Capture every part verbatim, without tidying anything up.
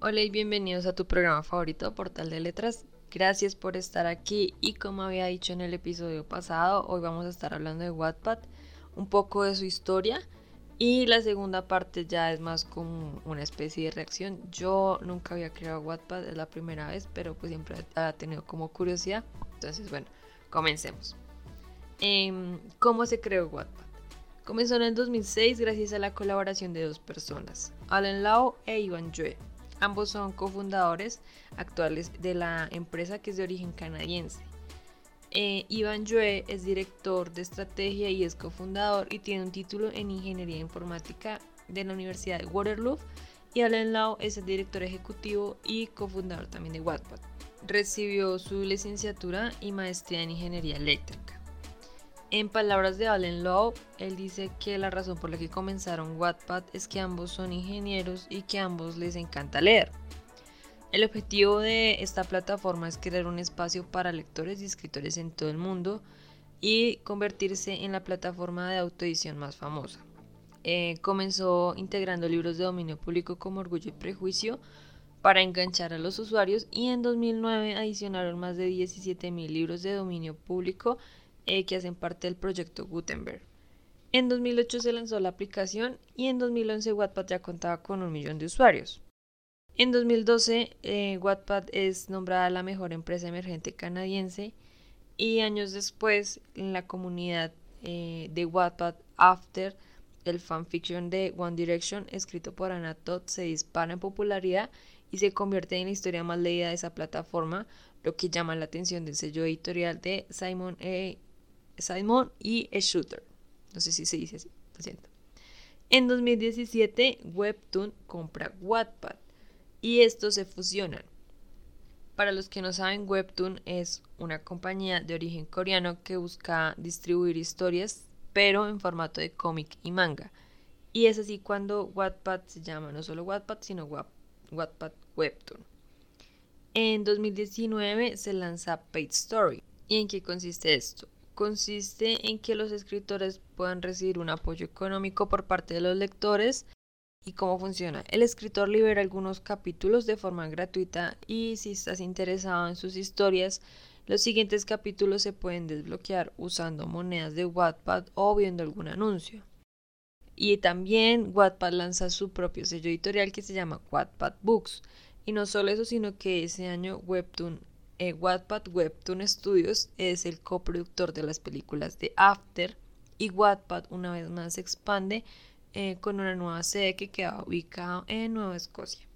Hola y bienvenidos a tu programa favorito, Portal de Letras. Gracias por estar aquí y como había dicho en el episodio pasado, hoy vamos a estar hablando de Wattpad, un poco de su historia y la segunda parte ya es más como una especie de reacción. Yo nunca había creado Wattpad, es la primera vez, pero pues siempre ha tenido como curiosidad. Entonces bueno, comencemos. Eh, ¿Cómo se creó Wattpad? Comenzó en el dos mil seis gracias a la colaboración de dos personas, Alan Lau e Ivan Yue. Ambos son cofundadores actuales de la empresa, que es de origen canadiense. Eh, Ivan Yue es director de estrategia y es cofundador y tiene un título en ingeniería informática de la Universidad de Waterloo, y Alan Lau es el director ejecutivo y cofundador también de Wattpad. Recibió su licenciatura y maestría en ingeniería eléctrica. En palabras de Alan Lau, él dice que la razón por la que comenzaron Wattpad es que ambos son ingenieros y que a ambos les encanta leer. El objetivo de esta plataforma es crear un espacio para lectores y escritores en todo el mundo y convertirse en la plataforma de autoedición más famosa. Eh, comenzó integrando libros de dominio público como Orgullo y Prejuicio para enganchar a los usuarios, y en dos mil nueve adicionaron más de diecisiete mil libros de dominio público eh, que hacen parte del proyecto Gutenberg. En dos mil ocho se lanzó la aplicación y en dos mil once Wattpad ya contaba con un millón de usuarios. En dos mil doce eh, Wattpad es nombrada la mejor empresa emergente canadiense, y años después en la comunidad eh, de Wattpad After, el fanfiction de One Direction escrito por Anna Todd se dispara en popularidad y se convierte en la historia más leída de esa plataforma, lo que llama la atención del sello editorial de Simon, e, Simon y Schuster. No sé si se dice así, lo siento. En dos mil diecisiete Webtoon compra Wattpad y estos se fusionan. Para los que no saben, Webtoon es una compañía de origen coreano que busca distribuir historias, pero en formato de cómic y manga. Y es así cuando Wattpad se llama no solo Wattpad, sino Wattpad Webtoon. En dos mil diecinueve se lanza Page Story. ¿Y en qué consiste esto? Consiste en que los escritores puedan recibir un apoyo económico por parte de los lectores. ¿Y cómo funciona? El escritor libera algunos capítulos de forma gratuita y si estás interesado en sus historias, los siguientes capítulos se pueden desbloquear usando monedas de Wattpad o viendo algún anuncio. Y también Wattpad lanza su propio sello editorial que se llama Wattpad Books. Y no solo eso, sino que ese año Webtoon, eh, Wattpad Webtoon Studios es el coproductor de las películas de After, y Wattpad una vez más se expande eh, con una nueva sede que queda ubicada en Nueva Escocia.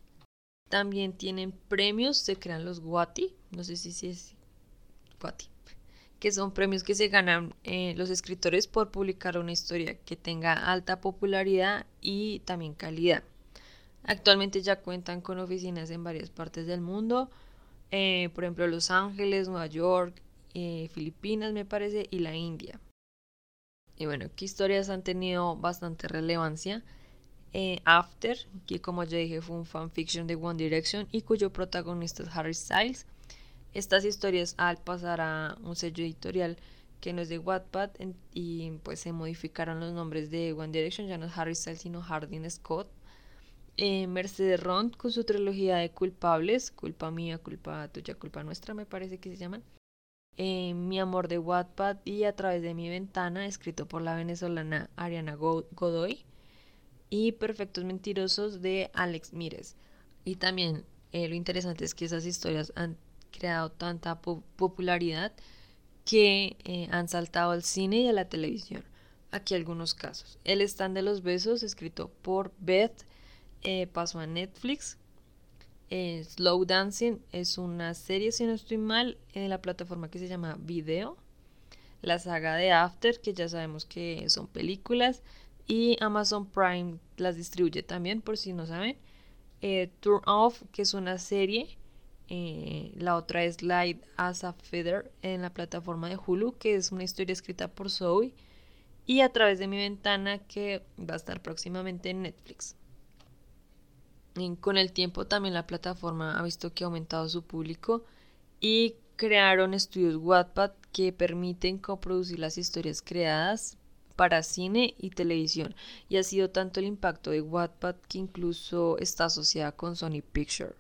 También tienen premios, se crean los Watty, no sé si, si es Watty, que son premios que se ganan eh, los escritores por publicar una historia que tenga alta popularidad y también calidad. Actualmente ya cuentan con oficinas en varias partes del mundo, eh, por ejemplo Los Ángeles, Nueva York, eh, Filipinas me parece, y la India. Y bueno, ¿qué historias han tenido bastante relevancia? Eh, After, que como ya dije fue un fanfiction de One Direction y cuyo protagonista es Harry Styles. Estas historias, al pasar a un sello editorial que no es de Wattpad y pues se modificaron los nombres de One Direction, ya no es Harry Styles sino Hardin Scott. eh, Mercedes Rond con su trilogía de culpables, Culpa Mía, Culpa Tuya, Culpa Nuestra me parece que se llaman. eh, Mi Amor de Wattpad y A Través de mi Ventana, escrito por la venezolana Ariana Godoy, y Perfectos Mentirosos de Alex Mires. Y también eh, lo interesante es que esas historias han creado tanta po- popularidad que eh, han saltado al cine y a la televisión. Aquí algunos casos. El Stand de los Besos, escrito por Beth, eh, pasó a Netflix. Eh, Slow Dancing es una serie, si no estoy mal, en la plataforma que se llama Video. La saga de After, que ya sabemos que son películas, y Amazon Prime las distribuye también, por si no saben. Eh, Turn Off, que es una serie. Eh, la otra es Light as a Feather en la plataforma de Hulu, que es una historia escrita por Zoe. Y A Través de mi Ventana, que va a estar próximamente en Netflix. Y con el tiempo también la plataforma ha visto que ha aumentado su público y crearon estudios Wattpad que permiten coproducir las historias creadas para cine y televisión, y ha sido tanto el impacto de Wattpad que incluso está asociada con Sony Pictures.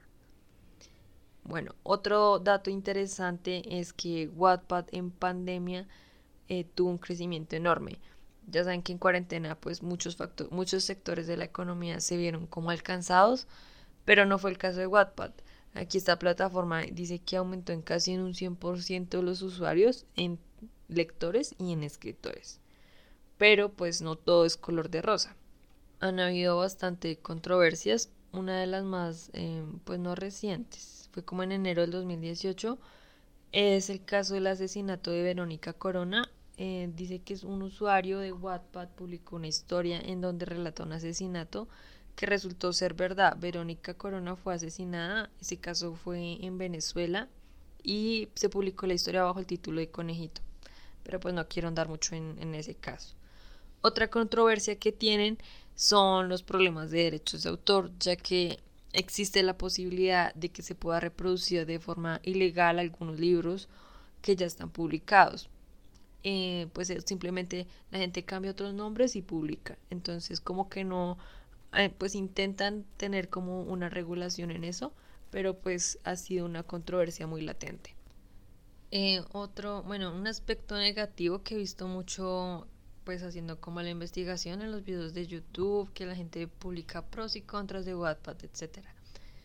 Bueno, otro dato interesante es que Wattpad en pandemia eh, tuvo un crecimiento enorme. Ya saben que en cuarentena pues muchos, factor- muchos sectores de la economía se vieron como alcanzados, pero no fue el caso de Wattpad. Aquí esta plataforma dice que aumentó en casi en un cien por ciento los usuarios, en lectores y en escritores. Pero pues no todo es color de rosa. Han habido bastante controversias. Una de las más, eh, pues no recientes, fue como en enero del dos mil dieciocho, es el caso del asesinato de Verónica Corona. Eh, dice que es un usuario de Wattpad publicó una historia en donde relata un asesinato que resultó ser verdad. Verónica Corona fue asesinada, ese caso fue en Venezuela y se publicó la historia bajo el título de Conejito, pero pues no quiero andar mucho en, en ese caso. Otra controversia que tienen son los problemas de derechos de autor, ya que existe la posibilidad de que se pueda reproducir de forma ilegal algunos libros que ya están publicados. Eh, pues simplemente la gente cambia otros nombres y publica. Entonces como que no, eh, pues intentan tener como una regulación en eso, pero pues ha sido una controversia muy latente. Eh, otro, bueno, un aspecto negativo que he visto mucho, pues haciendo como la investigación en los videos de YouTube, que la gente publica pros y contras de Wattpad, etcétera.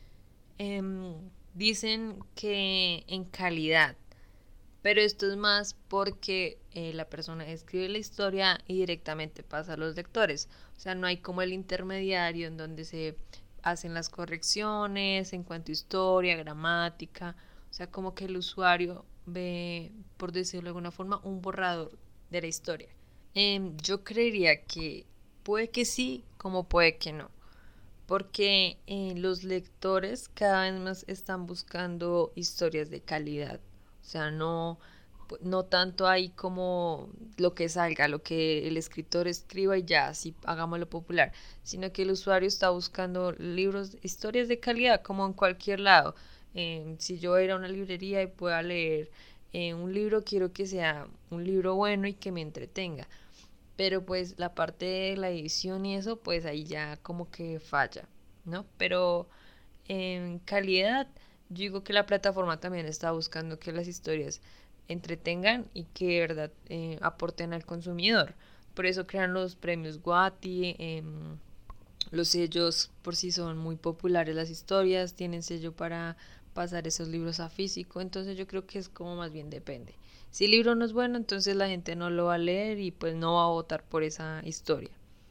Em, dicen que en calidad, pero esto es más porque eh, la persona escribe la historia y directamente pasa a los lectores. O sea, no hay como el intermediario en donde se hacen las correcciones en cuanto a historia, gramática. O sea, como que el usuario ve, por decirlo de alguna forma, un borrador de la historia. Eh, yo creería que puede que sí, como puede que no. Porque eh, los lectores cada vez más están buscando historias de calidad. O sea, no, no tanto hay como lo que salga, lo que el escritor escriba y ya, así hagámoslo popular, sino que el usuario está buscando libros, historias de calidad, como en cualquier lado. Eh, si yo ir a una librería y pueda leer eh, un libro, quiero que sea un libro bueno y que me entretenga. Pero pues la parte de la edición y eso, pues ahí ya como que falla, ¿no? Pero en calidad, yo digo que la plataforma también está buscando que las historias entretengan y que de verdad eh, aporten al consumidor. Por eso crean los premios Guati, eh, los sellos por si son muy populares las historias, tienen sello para pasar esos libros a físico, entonces yo creo que es como más bien depende. Si el libro no es bueno, entonces la gente no lo va a leer y pues no va a votar por esa historia.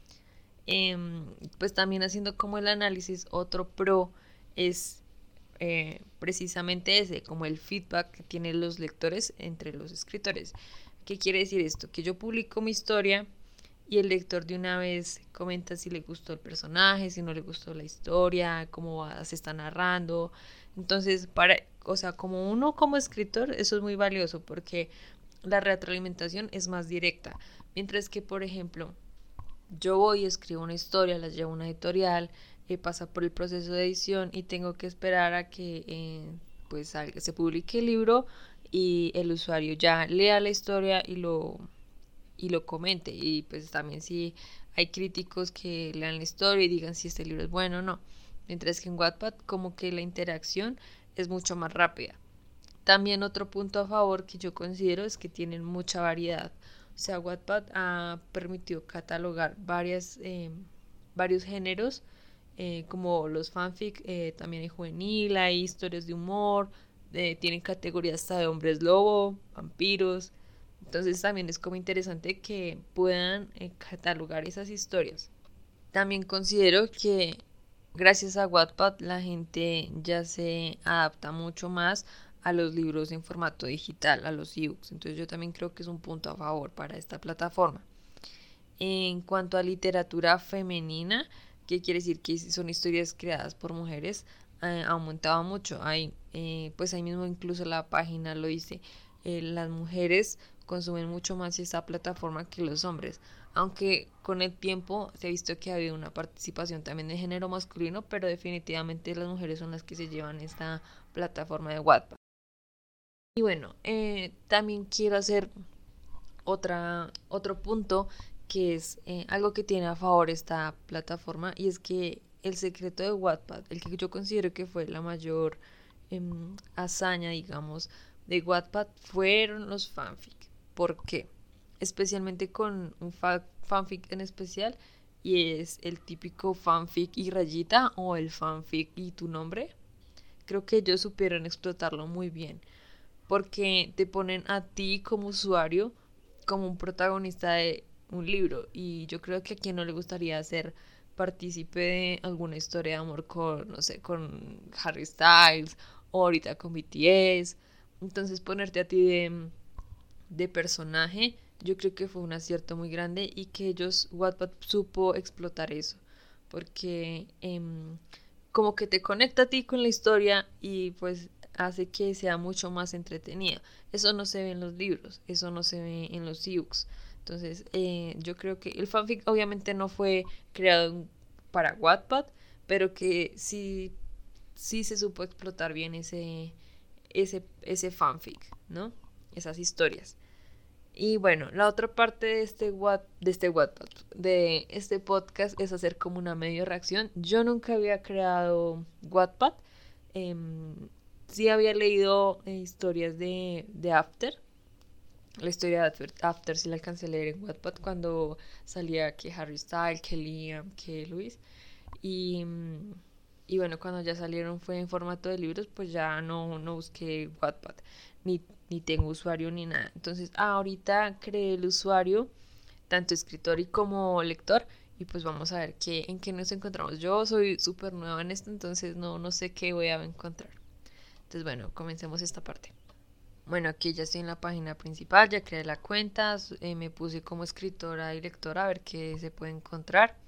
Eh, pues también haciendo como el análisis, otro pro es eh, precisamente ese, como el feedback que tienen los lectores entre los escritores. ¿Qué quiere decir esto? Que yo publico mi historia y el lector de una vez comenta si le gustó el personaje, si no le gustó la historia, cómo va, se está narrando. Entonces, para, o sea, como uno como escritor, eso es muy valioso porque la retroalimentación es más directa. Mientras que, por ejemplo, yo voy y escribo una historia, la llevo a una editorial, eh, pasa por el proceso de edición y tengo que esperar a que eh, pues salga, se publique el libro y el usuario ya lea la historia y lo y lo comente. Y pues también si hay críticos que lean la historia y digan si este libro es bueno o no. Mientras que en Wattpad como que la interacción es mucho más rápida. También otro punto a favor que yo considero es que tienen mucha variedad. O sea, Wattpad ha permitido catalogar varias, eh, varios géneros, eh, como los fanfic, eh, también hay juvenil, hay historias de humor, eh, tienen categorías hasta de hombres lobo, vampiros. Entonces también es como interesante que puedan eh, catalogar esas historias. También considero que gracias a Wattpad la gente ya se adapta mucho más a los libros en formato digital, a los ebooks. Entonces yo también creo que es un punto a favor para esta plataforma. En cuanto a literatura femenina, que quiere decir que son historias creadas por mujeres, eh, ha aumentado mucho. Hay, eh, pues ahí mismo incluso la página lo dice, eh, las mujeres consumen mucho más esta plataforma que los hombres, aunque con el tiempo se ha visto que ha habido una participación también de género masculino, pero definitivamente las mujeres son las que se llevan esta plataforma de Wattpad. Y bueno, eh, también quiero hacer otra, otro punto que es eh, algo que tiene a favor esta plataforma, y es que el secreto de Wattpad, el que yo considero que fue la mayor eh, hazaña, digamos, de Wattpad, fueron los fanfic. ¿Por qué? Especialmente con un fa- fanfic en especial, y es el típico fanfic y rayita o el fanfic y tu nombre. Creo que ellos supieron explotarlo muy bien, porque te ponen a ti como usuario como un protagonista de un libro, y yo creo que a quien no le gustaría ser partícipe de alguna historia de amor con, no sé, con Harry Styles o ahorita con B T S. Entonces ponerte a ti de, de personaje, yo creo que fue un acierto muy grande, y que ellos, Wattpad, supo explotar eso, porque eh, como que te conecta a ti con la historia y pues hace que sea mucho más entretenida. Eso no se ve en los libros, eso no se ve en los ebooks. Entonces, eh, yo creo que el fanfic obviamente no fue creado para Wattpad, pero que sí, sí se supo explotar bien ese, ese, ese fanfic, ¿no? Esas historias. Y bueno, la otra parte de este, what, de este Wattpad, de este podcast, es hacer como una medio reacción. Yo nunca había creado Wattpad. em, sí había leído eh, historias de, de After. La historia de After, After sí la alcancé a leer en Wattpad cuando salía que Harry Styles, que Liam, que Luis. Y, mm, y bueno, cuando ya salieron fue en formato de libros, pues ya no, no busqué Wattpad, ni, ni tengo usuario ni nada. Entonces, ah, ahorita creé el usuario, tanto escritor y como lector, y pues vamos a ver qué, en qué nos encontramos. Yo soy súper nueva en esto, entonces no, no sé qué voy a encontrar. Entonces, bueno, comencemos esta parte. Bueno, aquí ya estoy en la página principal, ya creé la cuenta, eh, me puse como escritora y lectora a ver qué se puede encontrar.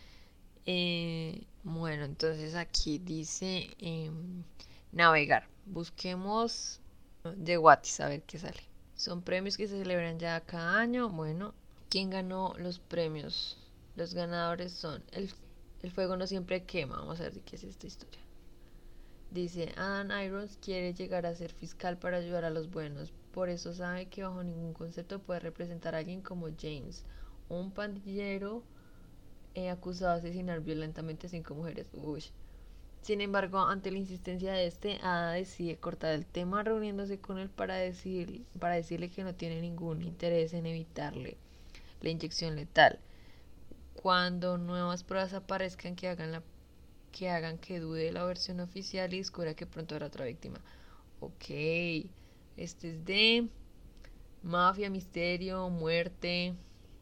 Eh, bueno, entonces aquí dice eh, navegar. Busquemos de Whattis a ver qué sale. Son premios que se celebran ya cada año. Bueno, ¿quién ganó los premios? Los ganadores son el, el fuego no siempre quema. Vamos a ver de qué es esta historia. Dice, Adam Irons quiere llegar a ser fiscal para ayudar a los buenos. Por eso sabe que bajo ningún concepto puede representar a alguien como James, un pandillero eh, acusado de asesinar violentamente a cinco mujeres. Uy. Sin embargo, ante la insistencia de este, Ada decide cortar el tema, reuniéndose con él para, decir, para decirle que no tiene ningún interés en evitarle la inyección letal. Cuando nuevas pruebas aparezcan que hagan, la, que, hagan que dude de la versión oficial y descubra que pronto habrá otra víctima. Ok, este es de mafia, misterio, muerte.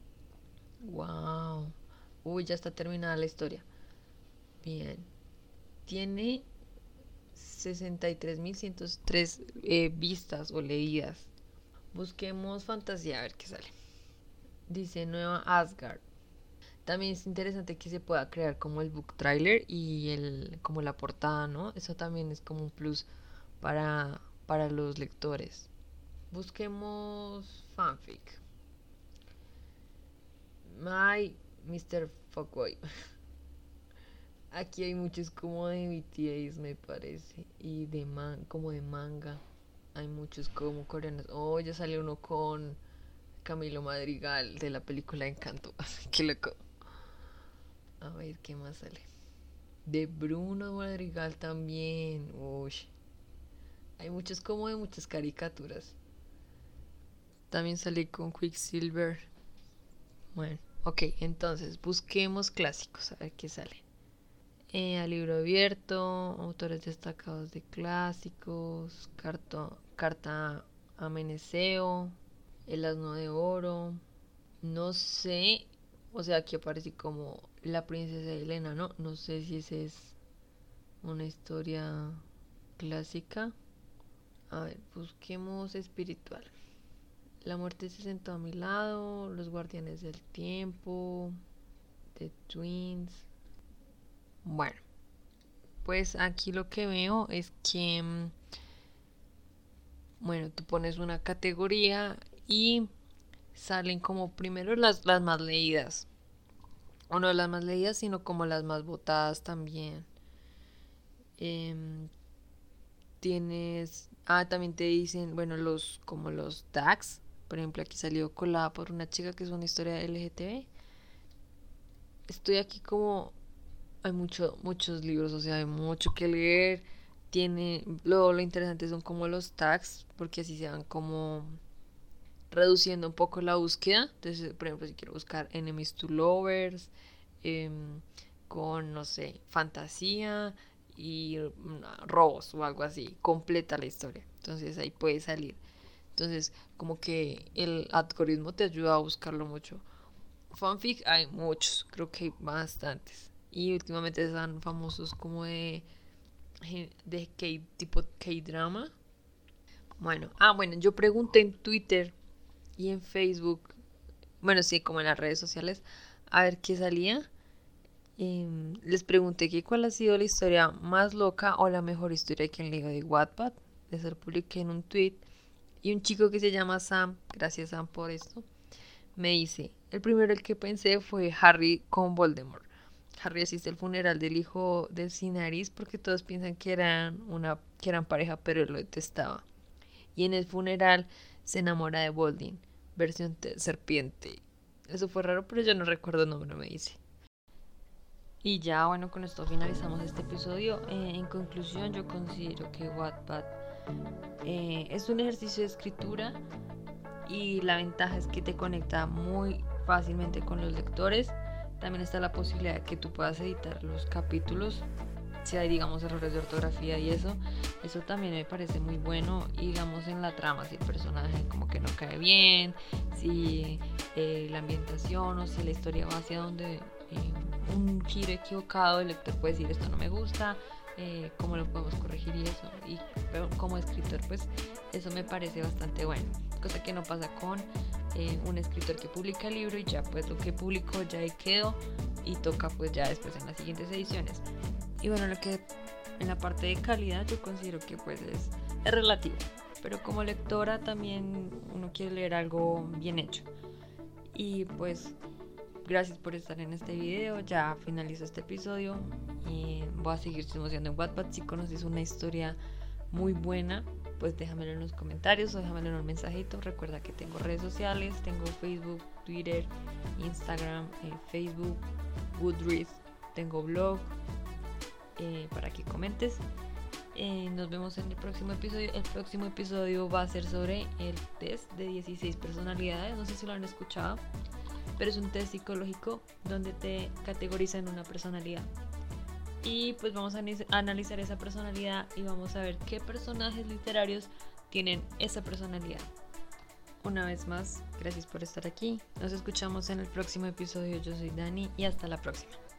Wow. Uy, ya está terminada la historia. Bien. Tiene sesenta y tres mil ciento tres eh, vistas o leídas. Busquemos fantasía a ver qué sale. Dice Nueva Asgard. También es interesante que se pueda crear como el book trailer y el como la portada, ¿no? Eso también es como un plus para, para los lectores. Busquemos fanfic. My mister Fuckboy. Aquí hay muchos como de B T S, me parece, y de man, como de manga. Hay muchos como coreanos. Oh, ya salió uno con Camilo Madrigal de la película Encanto. Qué loco. A ver qué más sale. De Bruno Madrigal también. Uy. Hay muchos como de muchas caricaturas. También salí con Quicksilver. Bueno, ok, entonces busquemos clásicos a ver qué sale. Eh, a libro abierto, autores destacados de clásicos, carto, carta a Meneceo, el asno de oro, no sé, o sea, aquí aparece como la princesa Helena, ¿no? No sé si esa es una historia clásica. A ver, busquemos espiritual. La muerte se sentó a mi lado, los guardianes del tiempo, The Twins. Bueno, pues aquí lo que veo es que, mm, bueno, tú pones una categoría y salen como primero las, las más leídas. O no las más leídas, sino como las más votadas también. Em, tienes, ah, también te dicen, bueno, los, como los tags. Por ejemplo, aquí salió colada por una chica que es una historia L G T B. estoy aquí como hay mucho, muchos libros, o sea, hay mucho que leer. Tiene, luego lo interesante son como los tags, porque así se van como reduciendo un poco la búsqueda. Entonces, por ejemplo, si quiero buscar enemies to lovers, em, con, no sé, fantasía y mm, robos o algo así, completa la historia. Entonces ahí puede salir. Entonces, como que el algoritmo te ayuda a buscarlo mucho. Fanfic hay muchos, creo que hay bastantes. Y últimamente están famosos como de, de K, tipo K-drama. Bueno, ah, bueno, yo pregunté en Twitter y en Facebook, bueno, sí, como en las redes sociales, a ver qué salía. Eh, les pregunté que cuál ha sido la historia más loca o la mejor historia que han leído de Wattpad. De ser publiqué en un tweet. Y un chico que se llama Sam, gracias Sam por esto, me dice, el primero el que pensé fue Harry con Voldemort. Harry asiste al funeral del hijo del Cinaris porque todos piensan que eran una que eran pareja, pero él lo detestaba. Y en el funeral se enamora de Voldin, versión serpiente. Eso fue raro, pero yo no recuerdo el nombre, me dice. Y ya, bueno, con esto finalizamos este episodio. Eh, en conclusión, yo considero que Wattpad eh, es un ejercicio de escritura y la ventaja es que te conecta muy fácilmente con los lectores. También está la posibilidad de que tú puedas editar los capítulos si hay, digamos, errores de ortografía y eso. Eso también me parece muy bueno. Y digamos en la trama, si el personaje como que no cae bien, si eh, la ambientación o si la historia va hacia donde eh, un giro equivocado, el lector puede decir esto no me gusta, eh, cómo lo podemos corregir y eso. Y pero como escritor, pues eso me parece bastante bueno, cosa que no pasa con eh, un escritor que publica el libro y ya pues lo que publicó ya ahí quedó y toca pues ya después en las siguientes ediciones. Y bueno, lo que en la parte de calidad yo considero que pues es, es relativo, pero como lectora también uno quiere leer algo bien hecho. Y pues gracias por estar en este video, ya finalizo este episodio y voy a seguir chismoseando en Wattpad. Si conoces una historia muy buena, pues déjamelo en los comentarios o déjamelo en un mensajito. Recuerda que tengo redes sociales, tengo Facebook, Twitter, Instagram, eh, Facebook, Goodreads, tengo blog, eh, para que comentes. Eh, nos vemos en el próximo episodio. El próximo episodio va a ser sobre el test de dieciséis personalidades. No sé si lo han escuchado, pero es un test psicológico donde te categoriza en una personalidad. Y pues vamos a analizar esa personalidad y vamos a ver qué personajes literarios tienen esa personalidad. Una vez más, gracias por estar aquí. Nos escuchamos en el próximo episodio. Yo soy Dani y hasta la próxima.